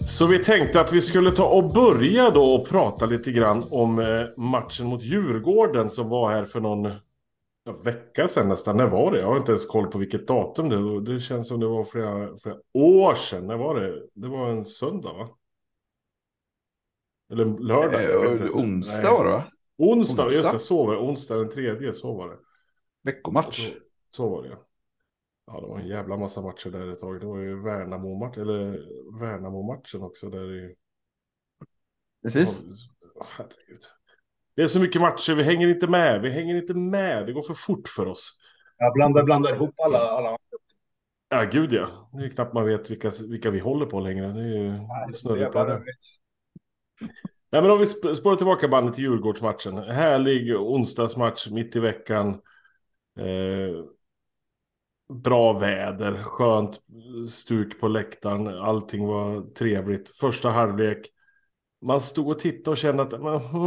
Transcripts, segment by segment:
Så vi tänkte att vi skulle ta och börja då och prata lite grann om matchen mot Djurgården som var här för någon vecka sedan nästan. När var det? Jag har inte ens koll på vilket datum det känns som det var flera år sedan. När var det? Det var en söndag, va? Eller lördag? Jag vet inte. Onsdag var det, va? Onsdag, just det. Så var det. Onsdag den 3, så var det. Veckomatch. Så var det, ja. Ja, det var en jävla massa matcher där ett tag. Det var ju Värnamo-matchen också. Där Precis. herregud. Det är så mycket matcher, vi hänger inte med. Det går för fort för oss. Jag blandar ihop alla. Ja, gud ja. Det är knappt man vet vilka vi håller på längre. Det är ju snurrigt på det. Nej, men om vi spårar tillbaka bandet till Djurgårdsmatchen. Härlig onsdagsmatch mitt i veckan. Bra väder, skönt stuk på läktaren. Allting var trevligt. Första halvlek. Man stod och tittade och kände att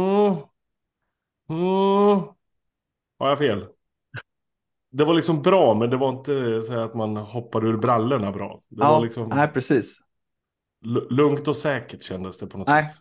har jag fel? Det var liksom bra, men det var inte så här att man hoppade ur brallorna bra. Det var liksom Nej, precis. Lugnt och säkert kändes det på något sätt.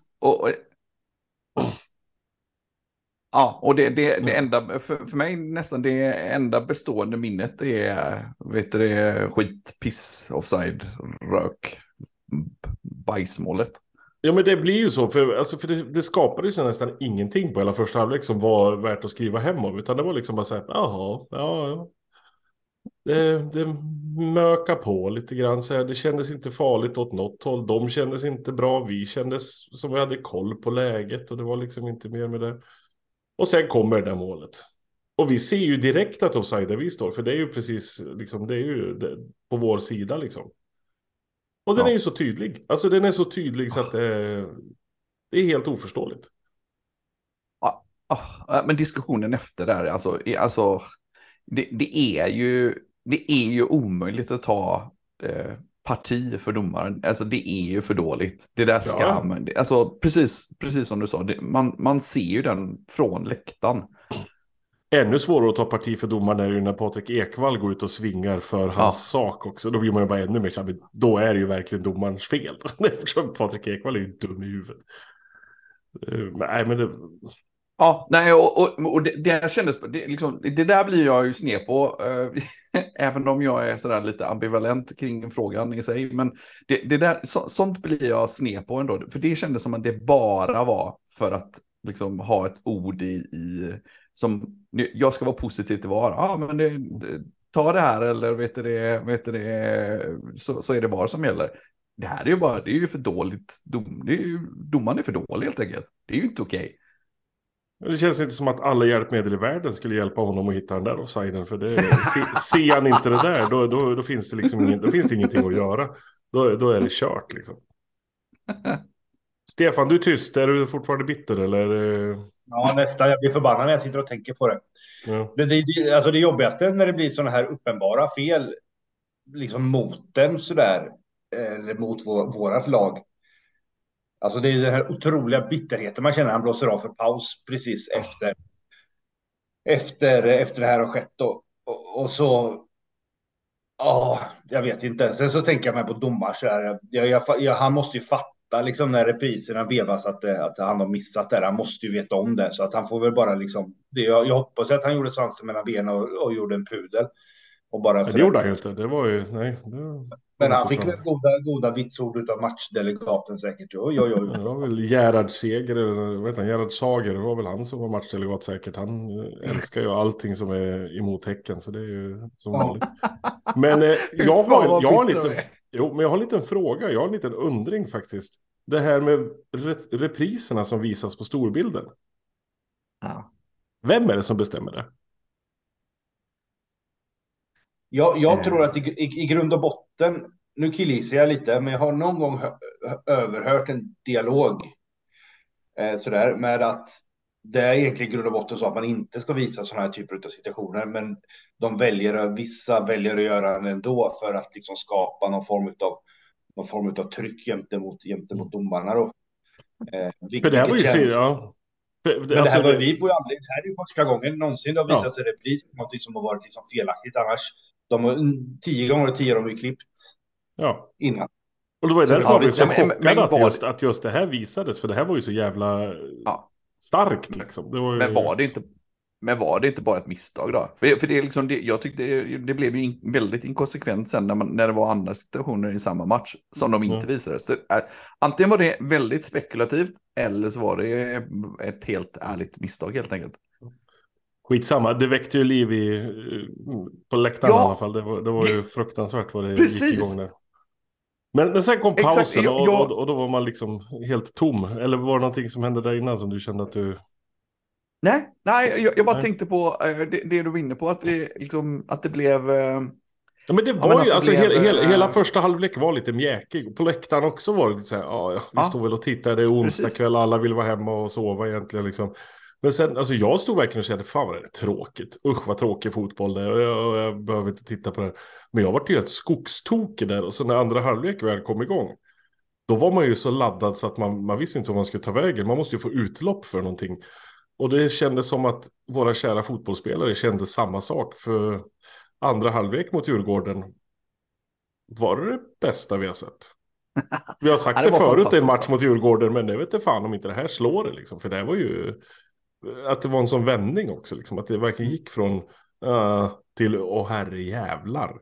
Och det enda, för mig nästan det enda bestående minnet är, vet du det, skit, piss, offside, rök, bajsmålet. Ja, men det blir ju så, för det skapade ju så nästan ingenting på hela första halvlek som var värt att skriva hem om, utan det var liksom bara så här, jaha, ja. Det möka på lite grann så här. Det kändes inte farligt åt något håll. De kändes inte bra. Vi kändes som vi hade koll på läget. Och det var liksom inte mer med det. Och sen kommer det där målet. Och vi ser ju direkt att offside där vi står. För det är ju precis liksom, det är ju på vår sida liksom. Och den är ju så tydlig. Alltså den är så tydlig så att det är helt oförståeligt. Men diskussionen efter där, alltså det är ju omöjligt att ta parti för domaren. Alltså det är ju för dåligt. Det där ska man, alltså precis som du sa, man ser ju den från läktaren. Ännu svårare att ta parti för domaren är ju när Patrik Ekwall går ut och svingar för hans sak också. Då blir man ju bara ännu mer så då är det ju verkligen domarens fel. Eftersom Patrik Ekwall är ju dum i huvudet. Nej, men det... Ja, nej, och det kändes, det där blir jag ju sned på, även om jag är sådär lite ambivalent kring frågan i sig, men det där, sånt blir jag sned på ändå, för det kändes som att det bara var för att liksom ha ett ord i som, jag ska vara positiv till VAR, men ta det här, eller vet du det, så är det VAR som gäller. Det här är ju bara, det är ju för dåligt, domaren är för dålig helt enkelt, det är ju inte okej. Det känns inte som att alla hjälpmedel i världen skulle hjälpa honom att hitta den där offsiden. För ser han inte det där, då finns det liksom då finns det ingenting att göra. Då är det kört liksom. Stefan, du är tyst. Är du fortfarande bitter eller? Ja, nästan. Jag blir förbannad när jag sitter och tänker på det. Ja. Alltså det jobbigaste när det blir sådana här uppenbara fel liksom mot den sådär, eller mot vårat lag. Alltså det är den här otroliga bitterheten man känner. Han blåser av för paus precis efter det här har skett. Och så... jag vet inte. Sen så tänker jag mig på domar. Han måste ju fatta liksom när repriserna vevas att han har missat det. Han måste ju veta om det. Så att han får väl bara liksom... Jag hoppas att han gjorde svansen mellan benen och gjorde en pudel. Och bara det gjorde han ju inte. Det var ju... Nej, men han fick väl goda vitsord av matchdelegaten säkert. Jo. Det var väl Gerhard Seger, eller vet han, Gerhard Sager, det var väl han som var matchdelegat säkert. Han älskar ju allting som är emot Häcken, så det är ju som vanligt. Men jag har en liten fråga, jag har en liten undring faktiskt. Det här med repriserna som visas på storbilden. Ja. Vem är det som bestämmer det? Jag tror att i grund och botten, nu killgissar jag lite, men jag har någon gång överhört en dialog sådär, med att det är egentligen i grund och botten så att man inte ska visa sådana här typer av situationer, men vissa väljer att göra det ändå för att liksom skapa någon form av tryck gentemot domarna då. För det här var ju Men det här var vi får ju aldrig, det här är ju första gången någonsin det har visat sig repris, någonting som har varit liksom felaktigt annars. 10 gånger 10 har de ju klippt innan. Och det var ju därför jag blev så chockad att just det här visades. För det här var ju så jävla starkt liksom. Det var ju... Men var det inte bara ett misstag då? För det är liksom jag tyckte det blev ju väldigt inkonsekvent sen när det var andra situationer i samma match som de inte visade. Så antingen var det väldigt spekulativt eller så var det ett helt ärligt misstag helt enkelt. Skitsamma, det väckte ju liv på läktaren i alla fall. Det var ju fruktansvärt vad det gick igång där. Men sen kom pausen och då var man liksom helt tom. Eller var det någonting som hände där innan som du kände att du... Nej, jag bara tänkte på det du var inne på, att det blev... Ja, men det var ju, alltså hela första halvlek var lite mjäkig. På läktaren också var det lite så här, vi står väl och tittar, det är onsdag kväll, alla vill vara hemma och sova egentligen liksom. Men sen, alltså jag stod verkligen och kände, fan vad det är tråkigt. Usch vad tråkig fotboll det är. Och jag behöver inte titta på det. Men jag var ju helt skogstokig där. Och så när andra halvlek väl kom igång. Då var man ju så laddad så att man visste inte om man skulle ta vägen. Man måste ju få utlopp för någonting. Och det kändes som att våra kära fotbollsspelare kände samma sak. För andra halvlek mot Djurgården var det bästa vi har sett. Vi har sagt det förut i en match mot Djurgården. Men det vet inte fan om inte det här slår det liksom. För det var ju... Att det var en sån vändning också liksom, att det verkligen gick från till herre jävlar.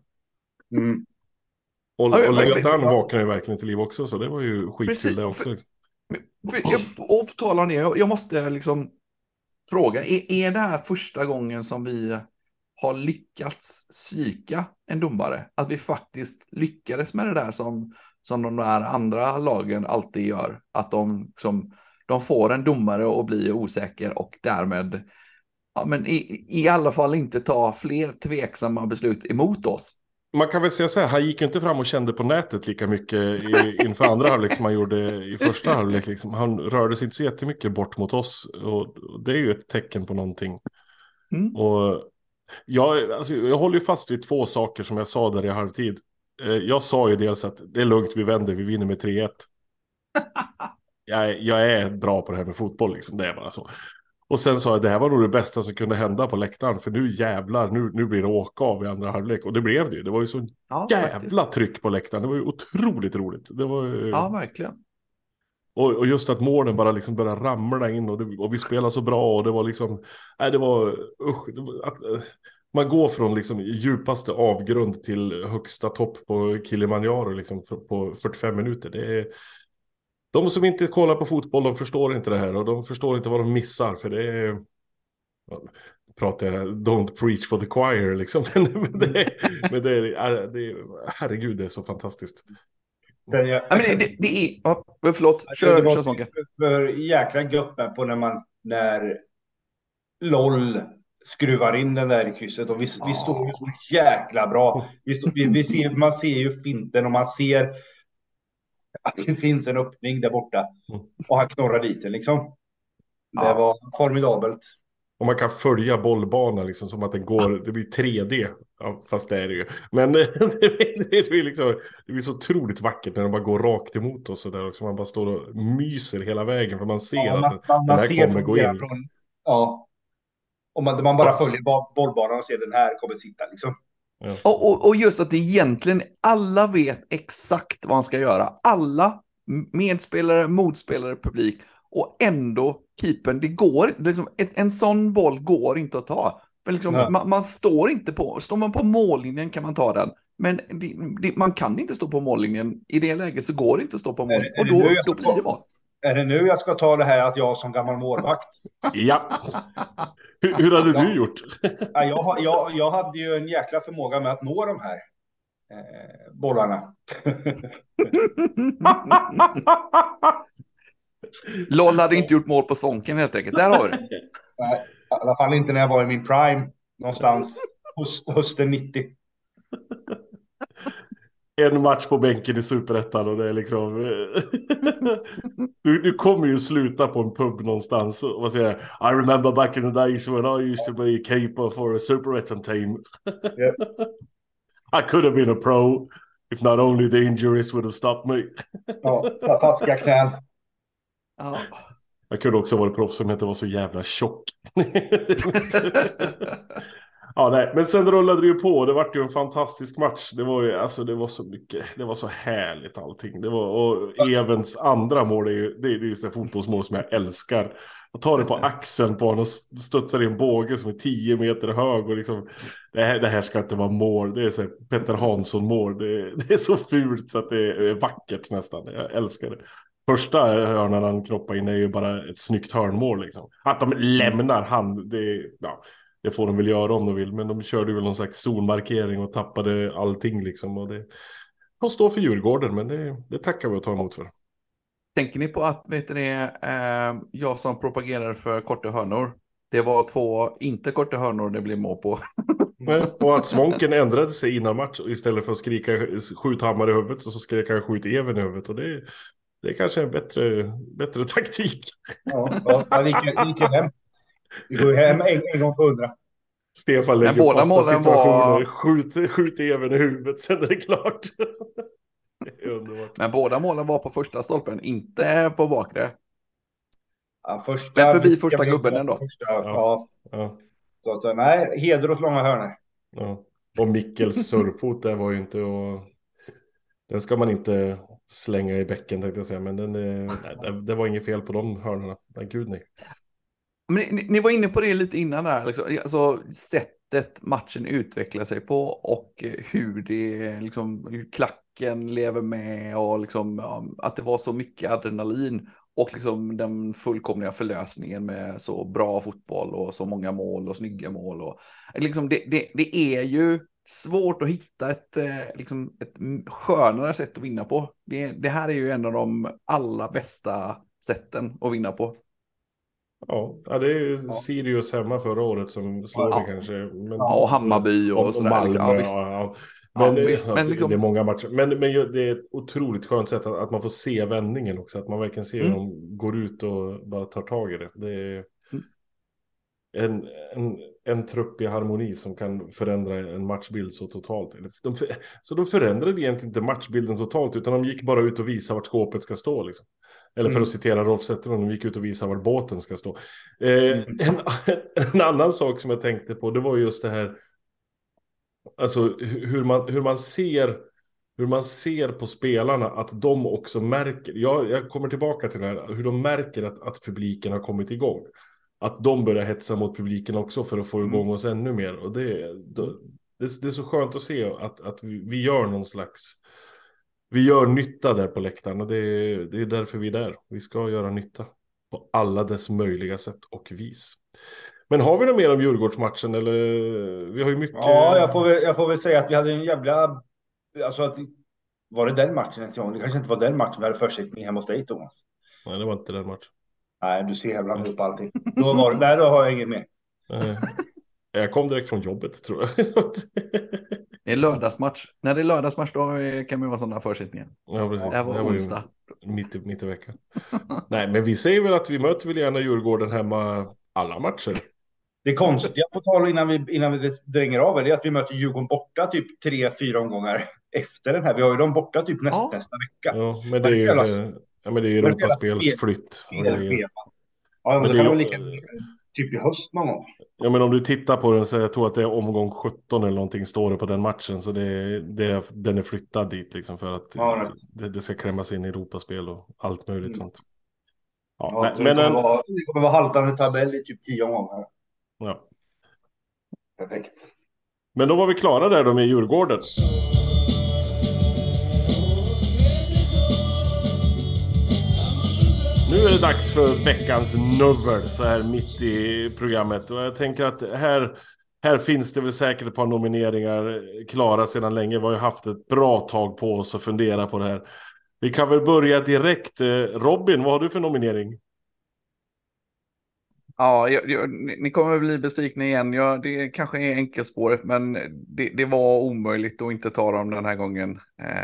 Och läktaren vaknade ju verkligen till liv också, så det var ju skitkul det också. Och på tal om det, jag måste liksom fråga, är det här första gången som vi har lyckats psyka en domare? Att vi faktiskt lyckades med det där som de där andra lagen alltid gör, att de får en domare att bli osäker och därmed i alla fall inte ta fler tveksamma beslut emot oss. Man kan väl säga så här, han gick ju inte fram och kände på nätet lika mycket inför andra halvlek som han gjorde i första halvlek. Liksom. Han rörde sig inte så jättemycket bort mot oss och det är ju ett tecken på någonting. Och jag håller ju fast vid två saker som jag sa där i halvtid. Jag sa ju dels att det är lugnt, vi vänder, vi vinner med 3-1. Jag är bra på det här med fotboll liksom, det är bara så. Och sen sa jag, det här var nog det bästa som kunde hända på läktaren. För nu jävlar, nu blir det åka av i andra halvlek. Och det blev det ju. Det var ju så jävla tryck på läktaren. Det var ju otroligt roligt. Det var ju... Ja, verkligen. Och just att målen bara liksom började ramla in. Och vi spelade så bra. Och det var liksom... Nej, det var... man går från liksom djupaste avgrund till högsta topp på Kilimanjaro liksom på 45 minuter. Det är... De som inte kollar på fotboll, de förstår inte det här. Och de förstår inte vad de missar. För det är... Pratar jag, don't preach for the choir liksom. men det är... Herregud, det är så fantastiskt. Det är... förlåt, kör sånt. För jäkla gött med på när LOL skruvar in den där i krysset. Och vi står ju så jäkla bra. Man ser ju finten och man ser... att det finns en öppning där borta och han knorrar dit den liksom. Det var formidabelt. Och man kan följa bollbanan liksom som att den går, det blir 3D. Ja, fast det är det ju. Men det blir liksom, det blir så otroligt vackert när de bara går rakt emot oss och där också. Man bara står och myser hela vägen för man ser att den här kommer gå in. Och man bara följer bollbanan och ser den här kommer sitta liksom. Ja. Och just att det egentligen alla vet exakt vad han ska göra. Alla medspelare, motspelare, publik och ändå keepern, det går liksom, en sån boll går inte att ta. För liksom, man står inte på, står man på mållinjen kan man ta den. Men man kan inte stå på mållinjen. I det läget så går det inte att stå på mållinjen. Och då blir det mål. Är det nu jag ska ta det här att jag som gammal målvakt? Ja. Hur hade du gjort? Jag hade ju en jäkla förmåga med att nå de här bollarna. LOL hade inte gjort mål på Sonken helt enkelt. Där har vi det. Nej, i alla fall inte när jag var i min prime. Någonstans hösten 90. En match på bänken i Superettan och det är liksom... du kommer ju sluta på en pub någonstans och vad säger I remember back in the days when I used to be a keeper for a Superettan team. Yeah. I could have been a pro if not only the injuries would have stopped me. Ja, fantastiska knän. Ja. Jag kunde också vara proffs som inte var så jävla tjock. Ja, nej, men sen rullade det ju på. Det var ju en fantastisk match. Det var ju, alltså det var så mycket, det var så härligt allting. Det var, och Evens andra mål det är ju så fotbollsmål som jag älskar. Jag tar det på axeln på honom och studsar i en båge som är 10 meter hög och liksom, det här ska inte vara mål. Det är så Petter Hansson-mål. Det är så fult så att det är vackert nästan. Jag älskar det. Första hörnan han knoppar in är ju bara ett snyggt hörnmål liksom. Att de lämnar han, det får de väl göra om de vill. Men de körde väl någon slags zonmarkering och tappade allting liksom. Och det får stå för Djurgården, men det tackar vi och tar emot för. Tänker ni på att, jag som propagerar för korta hörnor, det var 2 inte korta hörnor det blev mål på. Och att Svånken ändrade sig innan match och istället för att skrika skjut Hammar i huvudet så skrek han skjut Even i huvudet. Och det är kanske en bättre taktik. Ja, vi gick hem. Vi går hem en gång på 100. Stefan lägger båda fasta målen situationer. Skjut Even i huvudet, sen är det klart. Det är underbart. Men båda målen var på första stolpen, inte på bakre. Ja, men förbi första gubben ändå. Ja. Så att, nej, heder åt långa hörnor. Ja. Och Mikkels surfot där var ju inte... Den ska man inte slänga i bäcken tänkte jag säga. Men det var inget fel på de hörnorna. Gud nej. Men ni var inne på det lite innan där. Liksom. Alltså sättet matchen utvecklar sig på och hur klacken lever med och liksom, att det var så mycket adrenalin och liksom den fullkomliga förlösningen med så bra fotboll och så många mål och snygga mål. Och, liksom det är ju svårt att hitta ett skönare sätt att vinna på. Det här är ju en av de allra bästa sätten att vinna på. Ja, det är Sirius hemma förra året som slår det kanske. Men, och Hammarby och sådär. Malmö, Men liksom... det är många matcher. Men det är ett otroligt skönt sätt att man får se vändningen också. Att man verkligen ser hur de går ut och bara tar tag i det. Det är en trupp i harmoni som kan förändra en matchbild så totalt. Så de förändrade egentligen inte matchbilden totalt, utan de gick bara ut och visade vart skåpet ska stå. Liksom. Eller för att citera Rolf Zetterlund, de gick ut och visade vart båten ska stå. En annan sak som jag tänkte på, det var just det här, alltså hur man ser på spelarna, att de också märker, jag kommer tillbaka till det här, hur de märker att publiken har kommit igång. Att de börjar hetsa mot publiken också för att få igång oss ännu mer. Och det är så skönt att se att vi gör någon slags... Vi gör nytta där på läktaren. Och det är därför vi är där. Vi ska göra nytta på alla dess möjliga sätt och vis. Men har vi något mer om Djurgårdsmatchen? Eller, vi har ju mycket... Ja, jag får väl säga att vi hade en jävla... Alltså, var det den matchen? Det kanske inte var den matchen vi hade försättning hemma hos dig, Thomas. Nej, det var inte den matchen. Nej, du ser jävla upp allting. Då har jag inget mer. Jag kom direkt från jobbet, tror jag. Det är lördagsmatch. När det är lördagsmatch då kan man vara sådana försättningar. Ja, precis. Det var onsdag. Mitt i veckan. Nej, men vi säger väl att vi möter väl gärna Djurgården hemma alla matcher. Det konstiga på tal innan vi dränger av är att vi möter Djurgården borta typ 3-4 omgångar efter den här. Vi har ju dem borta typ nästa vecka. Ja, men det är ju Europaspelsflytt. Ja, men det kan vara lika typ i höst någon gång. Ja, men om du tittar på den så jag tror att det är omgång 17 eller någonting står det på den matchen. Så den är flyttad dit liksom för att det ska klämmas in i Europaspel och allt möjligt sånt. Ja, det kommer vara haltande tabell i typ 10 omgångar. Ja. Perfekt. Men då var vi klara där med Djurgården. Nu är det dags för veckans nubbel så här mitt i programmet. Och jag tänker att här finns det väl säkert ett par nomineringar klara sedan länge. Vi har ju haft ett bra tag på oss att fundera på det här. Vi kan väl börja direkt. Robin, vad har du för nominering? Ja, ni kommer att bli besvikna igen. Det kanske är enkelspåret, men det var omöjligt att inte ta dem den här gången.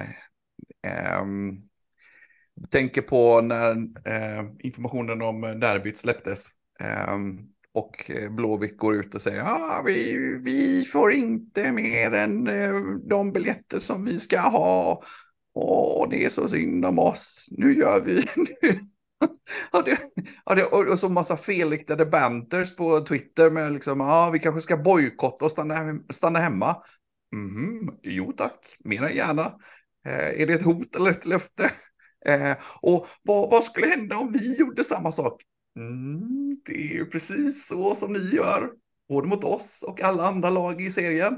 Tänker på när informationen om derbyt släpptes och Blåvitt går ut och säger vi får inte mer än de biljetter som vi ska ha och det är så synd om oss. Nu gör vi Och så massa felriktade banters på Twitter med liksom, vi kanske ska bojkotta och stanna hemma. Jo tack, mer än gärna. Är det ett hot eller ett löfte? Och vad skulle hända om vi gjorde samma sak? Det är ju precis så som ni gör, både mot oss och alla andra lag i serien.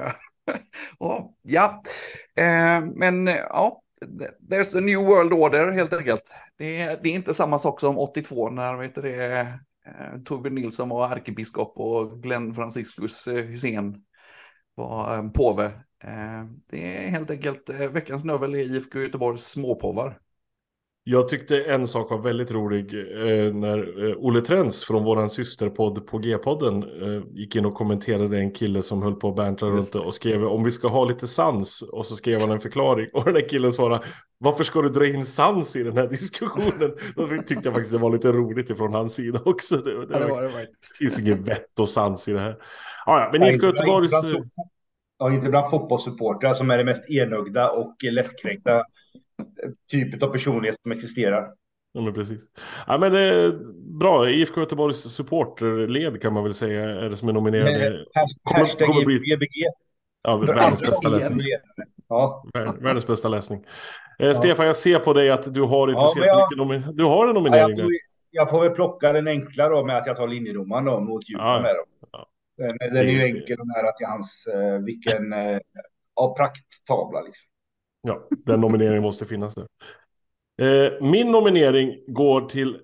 Men there's a new world order helt enkelt. Det är inte samma sak som 82 när Torbjörn Nilsson var ärkebiskop och Glenn Franciscus Hussein var påve. Det är helt enkelt veckans növel i IFK Göteborgs småpåvar. Jag tyckte en sak var väldigt rolig när Olle Trens från våran systerpodd på G-podden gick in och kommenterade en kille som höll på att bantra runt och skrev om vi ska ha lite sans, och så skrev han en förklaring och den där killen svarade, varför ska du dra in sans i den här diskussionen? Då tyckte jag faktiskt det var lite roligt ifrån hans sida också. Det finns ingen vett och sans i det här. Men IFK Göteborgs... inte bland fotbollssupportrar som är det mest enögda och lättkränkta typet av personlighet som existerar. Ja, men precis. Men det är bra. IFK Göteborgs supporterled kan man väl säga är det som är nominerade. Hashtag GBG. Ja, världens bästa läsning. Ja. Världens bästa läsning. Stefan, jag ser på dig att du har inte så mycket du har en nominering. Jag får väl plocka den enkla då med att jag tar linjedomaren då mot Djurgården med dem. Ja. Den är ju enkel och nära till hans vilken prakttavla liksom. Ja, den nomineringen måste finnas där. Min nominering går till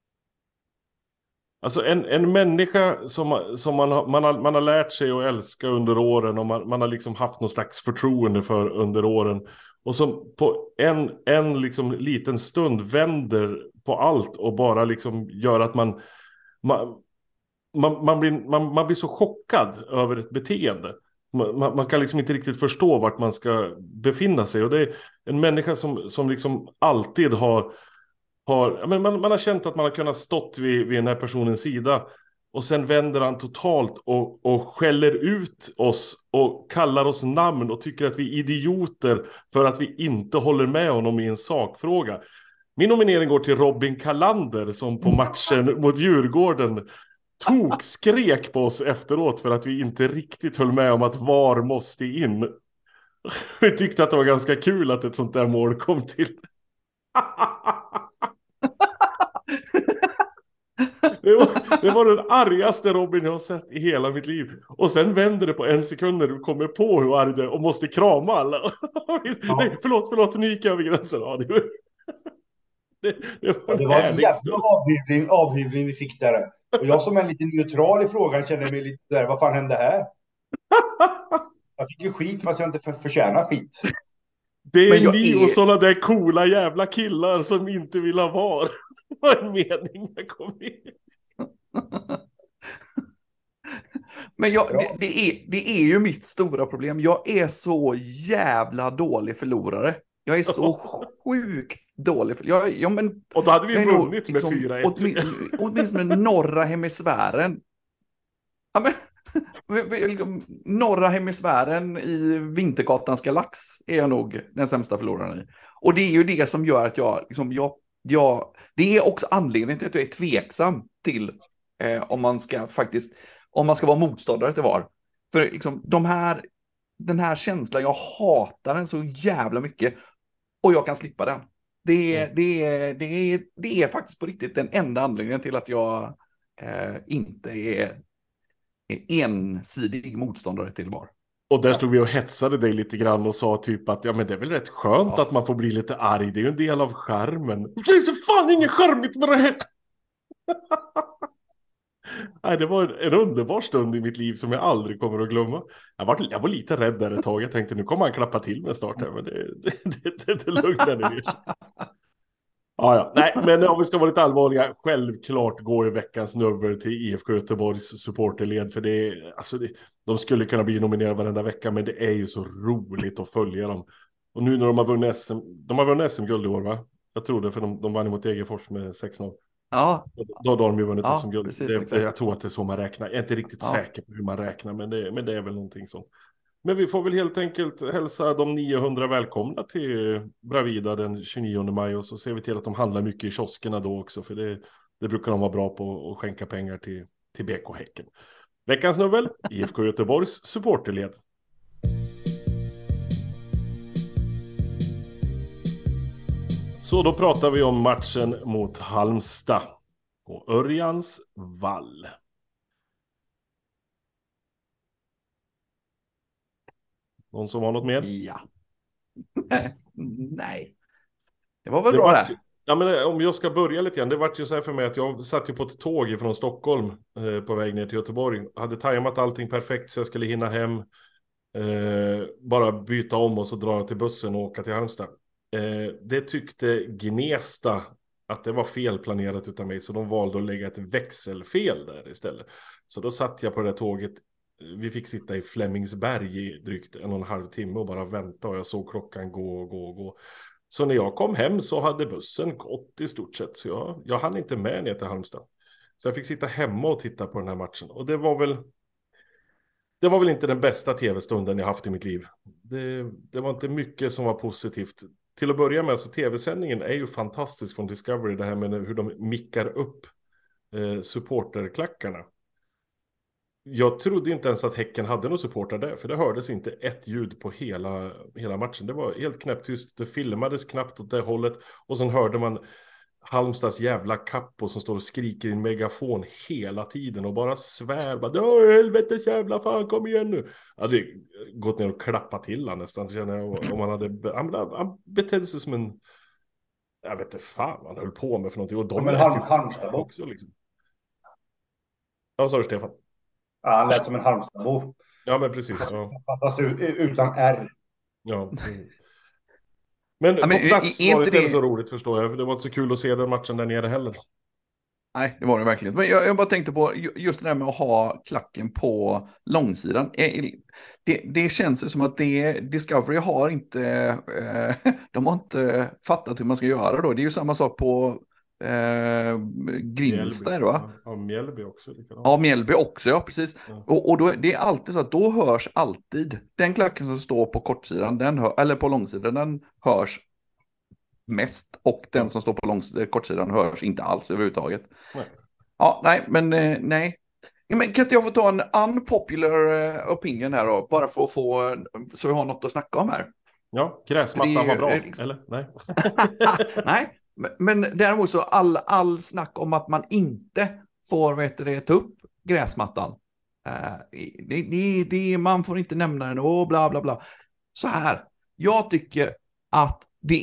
alltså en människa som man har lärt sig att älska under åren, och man har liksom haft någon slags förtroende för under åren, och som på en liksom liten stund vänder på allt och bara liksom gör att man blir så chockad över ett beteende. Man kan liksom inte riktigt förstå vart man ska befinna sig. Och det är en människa som liksom alltid har man har känt att man har kunnat stått vid den här personens sida. Och sen vänder han totalt och skäller ut oss och kallar oss namn och tycker att vi är idioter för att vi inte håller med honom i en sakfråga. Min nominering går till Robin Kalander som på matchen mot Djurgården skrek på oss efteråt för att vi inte riktigt höll med om att VAR måste in. Vi tyckte att det var ganska kul att ett sånt där mål kom till. Det var den argaste Robin jag har sett i hela mitt liv. Och sen vänder det på en sekund när du kommer på hur arg det är och måste krama alla. Nej, förlåt, nu gick jag över gränsen. Ja, det var en jävla avhyvling vi fick där. Och jag som är lite neutral i frågan känner mig lite där, vad fan hände här? Jag fick ju skit fast jag inte förtjänar skit. Det är ni och sådana där coola jävla killar som inte vill ha VAR. Det var en mening jag kom in. Men det är ju mitt stora problem. Jag är så jävla dålig förlorare. Jag är så sjukt dålig. Och då hade vi vunnit med 4-1. Åtminstone norra hemisfären. Ja, men, norra hemisfären i Vintergatans galax är jag nog den sämsta förloraren i. Och det är ju det som gör att det är också anledningen till att jag är tveksam till om man ska vara motståndare till VAR. För liksom, den här känslan, jag hatar den så jävla mycket och jag kan slippa den. Det är faktiskt på riktigt den enda anledningen till att jag inte är ensidig motståndare till VAR. Och där stod vi och hetsade dig lite grann och sa typ att men det är väl rätt skönt att man får bli lite arg. Det är ju en del av charmen. Det är så fan inget charmigt med det här. Nej, det var en underbar stund i mitt liv som jag aldrig kommer att glömma. Jag var lite rädd där ett tag. Jag tänkte nu kommer han klappa till mig snart här, men det lugnade ner sig. Ja. Nej, men om vi ska vara lite allvarliga, självklart går veckans nummer till IFK Göteborgs supporterled, för de skulle kunna bli nominerade varenda vecka, men det är ju så roligt att följa dem. Och nu när de har vunnit SM-guld i år, va? Jag tror det, för de vann mot Degerfors med 6-0. Ja. Då har de ju vunnit SM-guld. Precis, jag tror att det är så man räknar. Jag är inte riktigt säker på hur man räknar, men det är väl någonting sånt. Men vi får väl helt enkelt hälsa de 900 välkomna till Bravida den 29 maj och så ser vi till att de handlar mycket i kioskerna då också, för det brukar de vara bra på att skänka pengar till BK Häcken. Veckans nubbel, IFK Göteborgs supporterled. Så då pratar vi om matchen mot Halmstad på Örjans vall. Någon som har något mer? Ja. Nej. Det var väl bra det. Ja, men om jag ska börja lite grann. Det var ju så här för mig att jag satt ju på ett tåg från Stockholm på väg ner till Göteborg. Hade tajmat allting perfekt så jag skulle hinna hem. Bara byta om och så dra till bussen och åka till Halmstad. Det tyckte Gnesta att det var felplanerat utav mig, så de valde att lägga ett växelfel där istället. Så då satt jag på det där tåget. Vi fick sitta i Flemingsberg i drygt 1,5 timme och bara vänta, och jag såg klockan gå. Så när jag kom hem så hade bussen gått i stort sett, så jag hann inte med ner till Halmstad. Så jag fick sitta hemma och titta på den här matchen, och det var väl inte den bästa tv-stunden jag haft i mitt liv. Det var inte mycket som var positivt. Till att börja med så tv-sändningen är ju fantastisk från Discovery, det här med hur de mickar upp supporterklackarna. Jag trodde inte ens att Häcken hade någon supporter där, för det hördes inte ett ljud på hela matchen. Det var helt knäpptyst, det filmades knappt åt det hållet, och sen hörde man Halmstads jävla kappo som står och skriker i en megafon hela tiden och bara svär, bara helvetes jävla fan, kom igen nu. Jag hade gått ner och klappat till han nästan, känner jag, om han hade han betedde sig som en, jag vet inte fan han höll på med för någonting, och de Halmstad också liksom. Ja, sa du, Stefan? Ja, han lät som en Halmstadbo. Ja, men precis. Ja. Alltså, utan R. Ja. Men på plats var det inte så roligt, förstår jag. För det var inte så kul att se den matchen där nere heller. Nej, det var det verkligen. Men jag bara tänkte på just det där med att ha klacken på långsidan. Det känns ju som att Discovery har inte, de har inte fattat hur man ska göra då. Det är ju samma sak på Grimstad, va? Ja, Mjällby också. Ja, Mjällby också, ja, precis. Ja. Och då, det är alltid så att då hörs alltid den klacken som står på kortsidan, eller på långsidan, den hörs mest, och den som står på kortsidan hörs inte alls överhuvudtaget. Nej. Ja, nej, men nej. Men kan inte jag få ta en unpopular opinion här då, bara för att få, så vi har något att snacka om här? Ja, gräsmattan var bra, eller? Nej. Nej, men däremot så all snack om att man inte får ta upp gräsmattan. Man får inte nämna den och bla bla bla. Så här, jag tycker att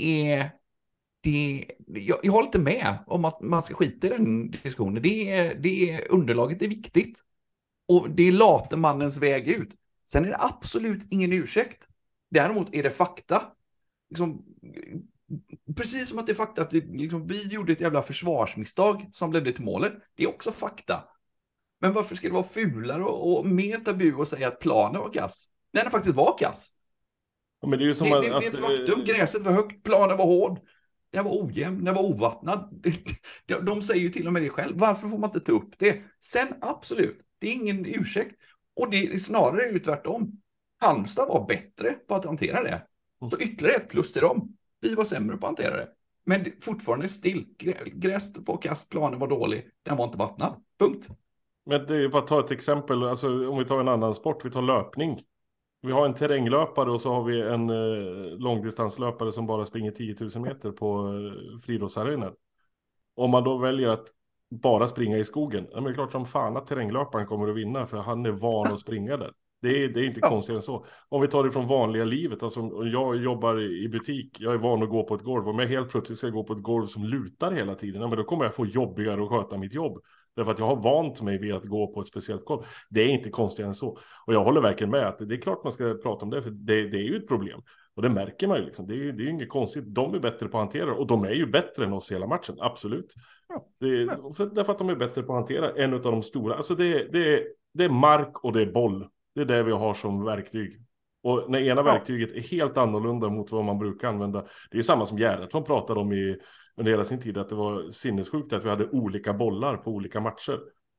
jag håller inte med om att man ska skita i den diskussionen. Underlaget är viktigt. Och det är latemannens väg ut. Sen är det absolut ingen ursäkt. Däremot är det fakta. Liksom, precis som att det är fakta att vi gjorde ett jävla försvarsmisstag som ledde till målet. Det är också fakta. Men varför ska det vara fulare och mer tabu att säga att planen var kass? När den faktiskt var kass. Ja, men det är ju som det är ett faktum. Gräset var högt, planen var hård. Den var ojämn, den var ovattnad. De säger ju till och med det själv. Varför får man inte ta upp det? Sen absolut, det är ingen ursäkt. Och det är snarare tvärtom. Halmstad var bättre på att hantera det. Så ytterligare ett plus till dem. Vi var sämre på att hantera det. Men fortfarande still. Gräset var kast, planen var dålig. Den var inte vattnad. Punkt. Men det är bara att ta ett exempel. Alltså, om vi tar en annan sport, vi tar löpning. Vi har en terränglöpare och så har vi en långdistanslöpare som bara springer 10 000 meter på friidrottsarenan. Om man då väljer att bara springa i skogen, ja, men det är klart som fan att terränglöparen kommer att vinna, för han är van att springa där. Det är inte konstigt än så. Om vi tar det från vanliga livet, alltså jag jobbar i butik, jag är van att gå på ett golv. Om jag helt plötsligt ska gå på ett golv som lutar hela tiden, ja, men då kommer jag få jobbigare att sköta mitt jobb. Därför att jag har vant mig vid att gå på ett speciellt golv. Det är inte konstigt än så. Och jag håller verkligen med att det är klart man ska prata om det, för det är ju ett problem. Och det märker man ju liksom. Det är ju inget konstigt. De är bättre på att hantera, och de är ju bättre än oss hela matchen, absolut. Ja, därför att de är bättre på att hantera en av de stora. Alltså det är mark och det är boll. Det är det vi har som verktyg. Och när ena verktyget är helt annorlunda mot vad man brukar använda. Det är samma som Gerhardsson pratade om under hela sin tid, att det var sinnessjukt att vi hade olika bollar på olika matcher.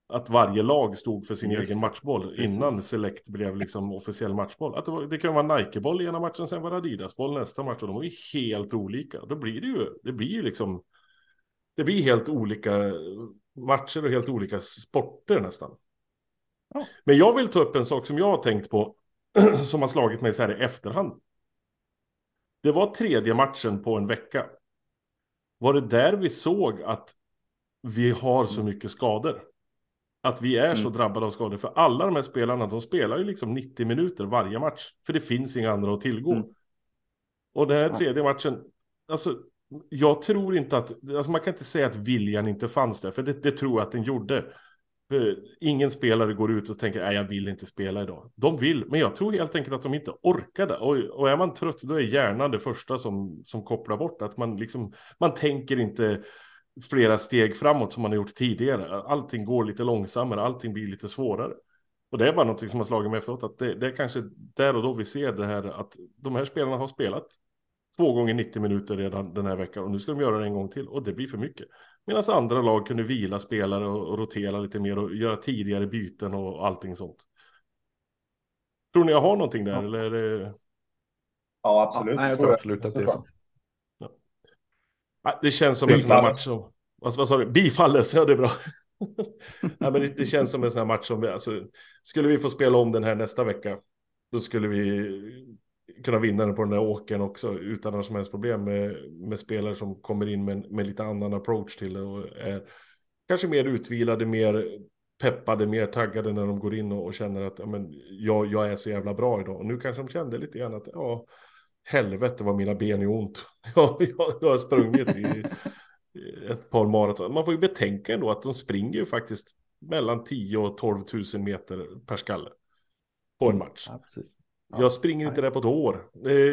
Att varje lag stod för sin Just egen det, matchboll precis. innan Select blev liksom officiell matchboll. Att det kunde vara Nike-boll i ena matchen, sen var det Adidas-boll nästa match, och de var ju helt olika. Då blir det blir ju liksom, det blir helt olika matcher och helt olika sporter nästan. Ja. Men jag vill ta upp en sak som jag har tänkt på som har slagit mig så här i efterhand. Det var tredje matchen på en vecka. Var det där vi såg att vi har så mycket skador? Att vi är så drabbade av skador. För alla de här spelarna, de spelar ju liksom 90 minuter varje match. För det finns inga andra att tillgå. Och den här tredje matchen, alltså jag tror inte att, alltså man kan inte säga att viljan inte fanns där. För det tror jag att den gjorde. För ingen spelare går ut och tänker, nej jag vill inte spela idag. De vill, men jag tror helt enkelt att de inte orkade. Och är man trött, då är hjärnan det första som kopplar bort. Att man tänker inte flera steg framåt som man har gjort tidigare. Allting går lite långsammare, allting blir lite svårare. Och det är bara något som har slagit mig efteråt, att det är kanske där och då vi ser det här, att de här spelarna har spelat 2 gånger 90 minuter redan den här veckan, och nu ska de göra det en gång till, och det blir för mycket. Medan andra lag kunde vila spelare och rotera lite mer och göra tidigare byten och allting sånt. Tror ni jag har någonting där, eller är det... Ja, absolut. Nej, jag tror absolut att det är så. Det känns som en sån här match som... Vad sa du? Bifalles, ja det är bra. Ja, men det känns som en sån här match som vi... Alltså, skulle vi få spela om den här nästa vecka, då skulle vi kunna vinna den på den där åkern också utan några som helst problem med spelare som kommer in med lite annan approach till det och är kanske mer utvilade, mer peppade, mer taggade när de går in och känner att ja, men jag är så jävla bra idag. Och nu kanske de kände lite grann att helvete vad mina ben är ont. Jag har sprungit i ett par maraton. Man får ju betänka ändå att de springer ju faktiskt mellan 10 och 12 000 meter per skalle på en match. Ja, precis. Ja, jag springer inte där på ett år.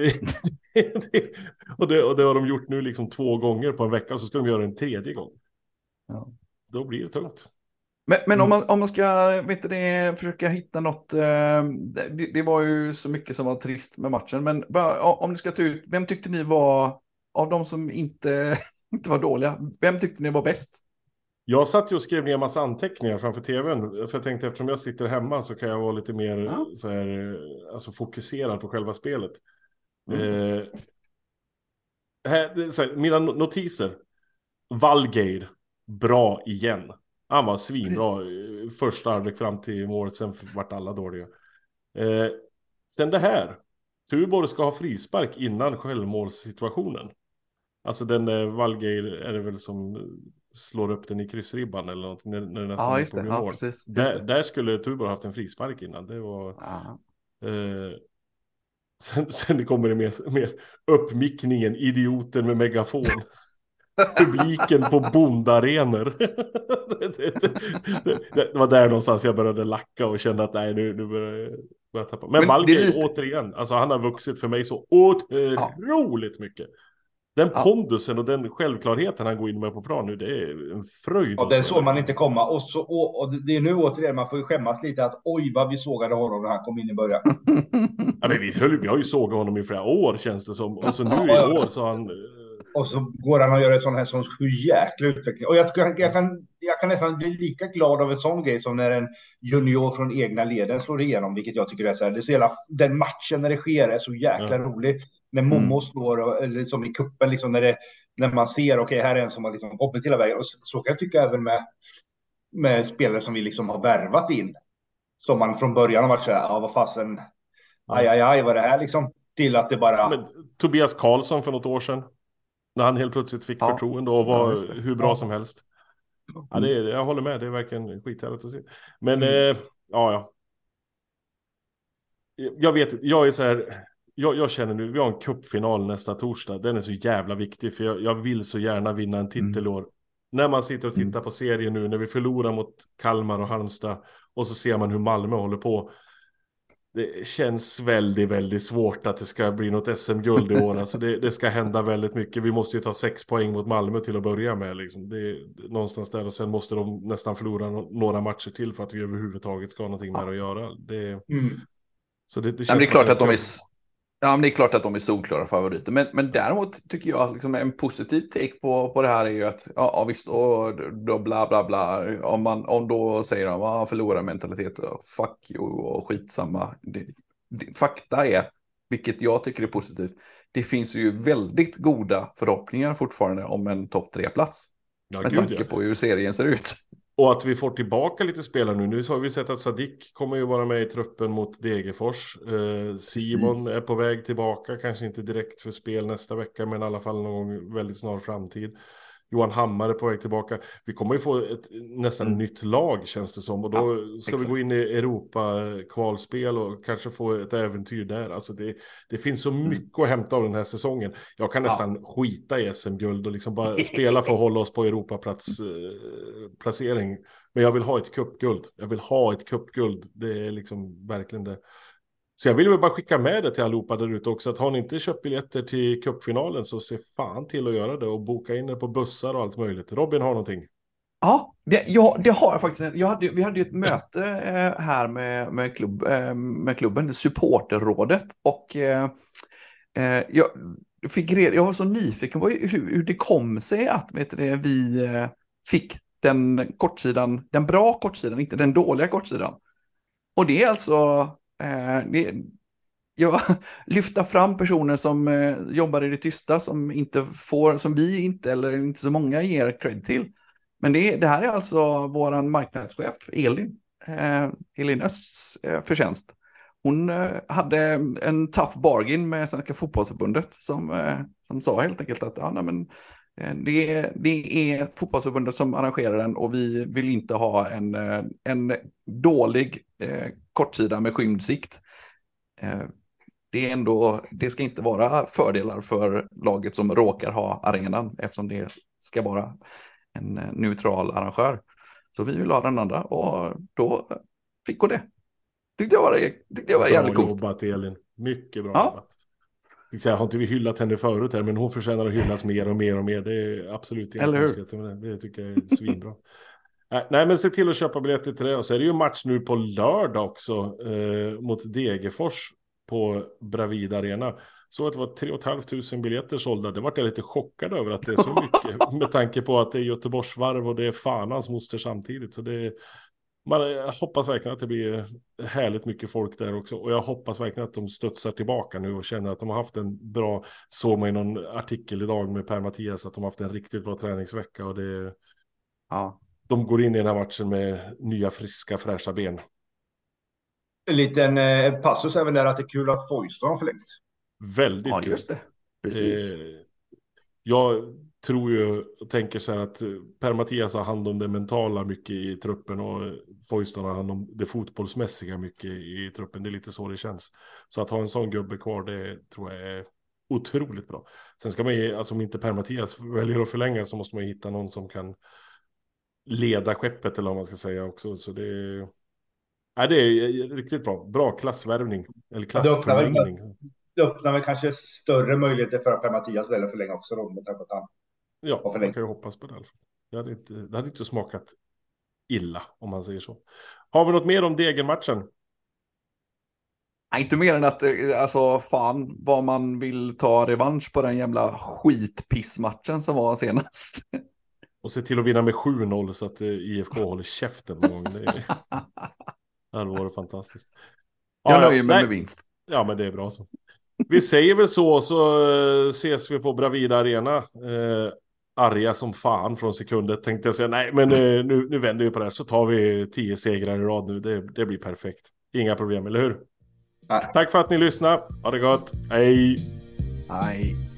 Och det har de gjort nu liksom 2 gånger på en vecka, och så ska de göra en 3:e gång. Ja. Då blir det tungt. Men om man ska försöka hitta något, det var ju så mycket som var trist med matchen, men om ni ska ta ut, vem tyckte ni var, av de som inte var dåliga, vem tyckte ni var bäst? Jag satt ju och skrev ner massa anteckningar framför tvn, för jag tänkte eftersom jag sitter hemma så kan jag vara lite mer så här, alltså fokuserad på själva spelet. Mina notiser. Valgeir, bra igen. Han var svinbra första halvlek fram till målet, sen vart alla dåliga. Sen det här. Tuborg ska ha frispark innan självmålssituationen. Alltså den Valgeir är det väl som slår upp den i kryssribban eller något när det nästan just det. Ja, precis. Där skulle Tuborg haft en frispark innan. Det var... Sen kommer det mer uppmickningen, idioten med megafon. Publiken på bondarenor. Det var där någonstans jag började lacka och kände att nej, nu börjar jag tappa. Men Valgeir återigen, alltså han har vuxit för mig så otroligt mycket. Den pondusen och den självklarheten han går in med på plan nu, det är en fröjd. Och den såg man inte komma. Och det är nu återigen, man får ju skämmas lite att oj vad vi sågade honom när han kom in i början. Ja, men vi har ju sågat honom i flera år känns det som. Och så nu i år så han... Och så går han och gör en sån här sån jäkla utveckling. Och jag kan nästan bli lika glad av en sån grej som när en junior från egna leden slår igenom, vilket jag tycker är så här. Det är så jävla, den matchen när det sker är så jäkla rolig. När Momo slår, eller som i kuppen, liksom när man ser, okej, här är en som har liksom kommit hela vägen. Och så kan jag tycka även med spelare som vi liksom har värvat in. Som man från början har varit så här, vad fasen, aj, vad är det här liksom? Till att det bara... Men Tobias Karlsson för något år sedan. När han helt plötsligt fick förtroende och var hur bra som helst. Ja, jag håller med, det är verkligen skithärligt att se. Men jag vet inte, jag är så här, jag känner nu, vi har en cupfinal nästa torsdag. Den är så jävla viktig, för jag vill så gärna vinna en titel år. När man sitter och tittar på serien nu, när vi förlorar mot Kalmar och Halmstad, och så ser man hur Malmö håller på. Det känns väldigt, väldigt svårt att det ska bli något SM-guld i år. Alltså det ska hända väldigt mycket. Vi måste ju ta 6 poäng mot Malmö till att börja med. Liksom. Det är någonstans där, och sen måste de nästan förlora några matcher till för att vi överhuvudtaget ska ha någonting med att göra. Så det känns det är klart att Ja, men det är klart att de är solklara favoriter. Men däremot tycker jag liksom en positiv take på det här är ju att ja visst, och då bla bla bla. Om då säger de förlorar mentalitet, fuck you och skitsamma. Fakta är, vilket jag tycker är positivt, det finns ju väldigt goda förhoppningar fortfarande om en topp 3-plats. Ja, med tanke på hur serien ser ut. Och att vi får tillbaka lite spelare nu. Nu har vi sett att Sadik kommer ju vara med i truppen mot Degerfors. Simon är på väg tillbaka. Kanske inte direkt för spel nästa vecka, men i alla fall någon gång väldigt snar framtid. Johan Hammar är på väg tillbaka. Vi kommer ju få ett nästan nytt lag, känns det som. Och då ska vi gå in i Europa-kvalspel och kanske få ett äventyr där. Alltså det finns så mycket att hämta av den här säsongen. Jag kan nästan skita i SM-guld och liksom bara spela för att hålla oss på Europaplacering. Men jag vill ha ett cupguld. Det är liksom verkligen det. Så jag vill väl bara skicka med det till allihopa där ute också, att har ni inte köpt biljetter till cupfinalen så se fan till att göra det och boka in det på bussar och allt möjligt. Robin har någonting. Ja, det har jag faktiskt. Vi hade ju ett möte här med klubben, supporterrådet, och jag var så nyfiken på hur det kom sig att vi fick den bra kortsidan, inte den dåliga kortsidan. Och det är alltså jag lyfta fram personer som jobbar i det tysta, som vi inte eller inte så många ger cred till. Men det här är alltså våran marknadschef Elin Östs förtjänst. Hon hade en tough bargain med Svenska fotbollsförbundet som sa helt enkelt att det är fotbollsförbundet som arrangerar den, och vi vill inte ha en dålig kortsida med skymd sikt. Det ska inte vara fördelar för laget som råkar ha arenan, eftersom det ska vara en neutral arrangör. Så vi vill ha den andra, och då fick hon det. Tyckte jag var jävligt coolt. Bra jobbat, Elin. Mycket bra jobbat. Jag har inte vi hyllat henne förut här, men hon förtjänar att hyllas mer och mer och mer. Det är absolut inga konstigheter. Det tycker jag är svinbra. Nej, men se till att köpa biljetter till det. Och så är det ju match nu på lördag också mot Degerfors på Bravida Arena. Så att det var 3 500 biljetter sålda. Det var jag lite chockad över att det är så mycket. Med tanke på att det är Göteborgsvarv och det är fan hans moster samtidigt. Så jag hoppas verkligen att det blir härligt mycket folk där också. Och jag hoppas verkligen att de studsar tillbaka nu och känner att de har haft en bra... Såg man i någon artikel idag med Per-Mattias att de har haft en riktigt bra träningsvecka. Och de går in i den här matchen med nya, friska, fräscha ben. En liten passus även där att det är kul att Foyston har förlängt. Väldigt kul. Just det. Precis. Jag tror ju och tänker så här att Per-Mattias har hand om det mentala mycket i truppen och Foyston har hand om det fotbollsmässiga mycket i truppen. Det är lite så det känns. Så att ha en sån gubbe kvar, det tror jag är otroligt bra. Sen ska man ju, alltså om inte Per-Mattias väljer att förlänga, så måste man ju hitta någon som kan leda skeppet, eller vad man ska säga också. Så det är riktigt bra. Bra klassvärvning. Eller klassförlängning. Det öppnar väl kanske större möjligheter för Per-Mattias välja förlänga också då, med tanke på att han man kan ju hoppas på det. Det hade inte smakat illa, om man säger så. Har vi något mer om Degermatchen? Nej, inte mer än att alltså fan vad man vill ta revansch på den jävla skitpissmatchen som var senast. Och se till att vinna med 7-0 så att IFK håller käften någon gång. Det var fantastiskt. Jag nöjer mig med vinst. Ja, men det är bra så. Vi säger väl så ses vi på Bravida Arena. Arga som fan från sekundet tänkte jag säga. Nej, men nu vänder vi på det här, så tar vi 10 segrar i rad nu. Det blir perfekt. Inga problem, eller hur? Tack för att ni lyssnade. Ha det gott. Hej. Hej.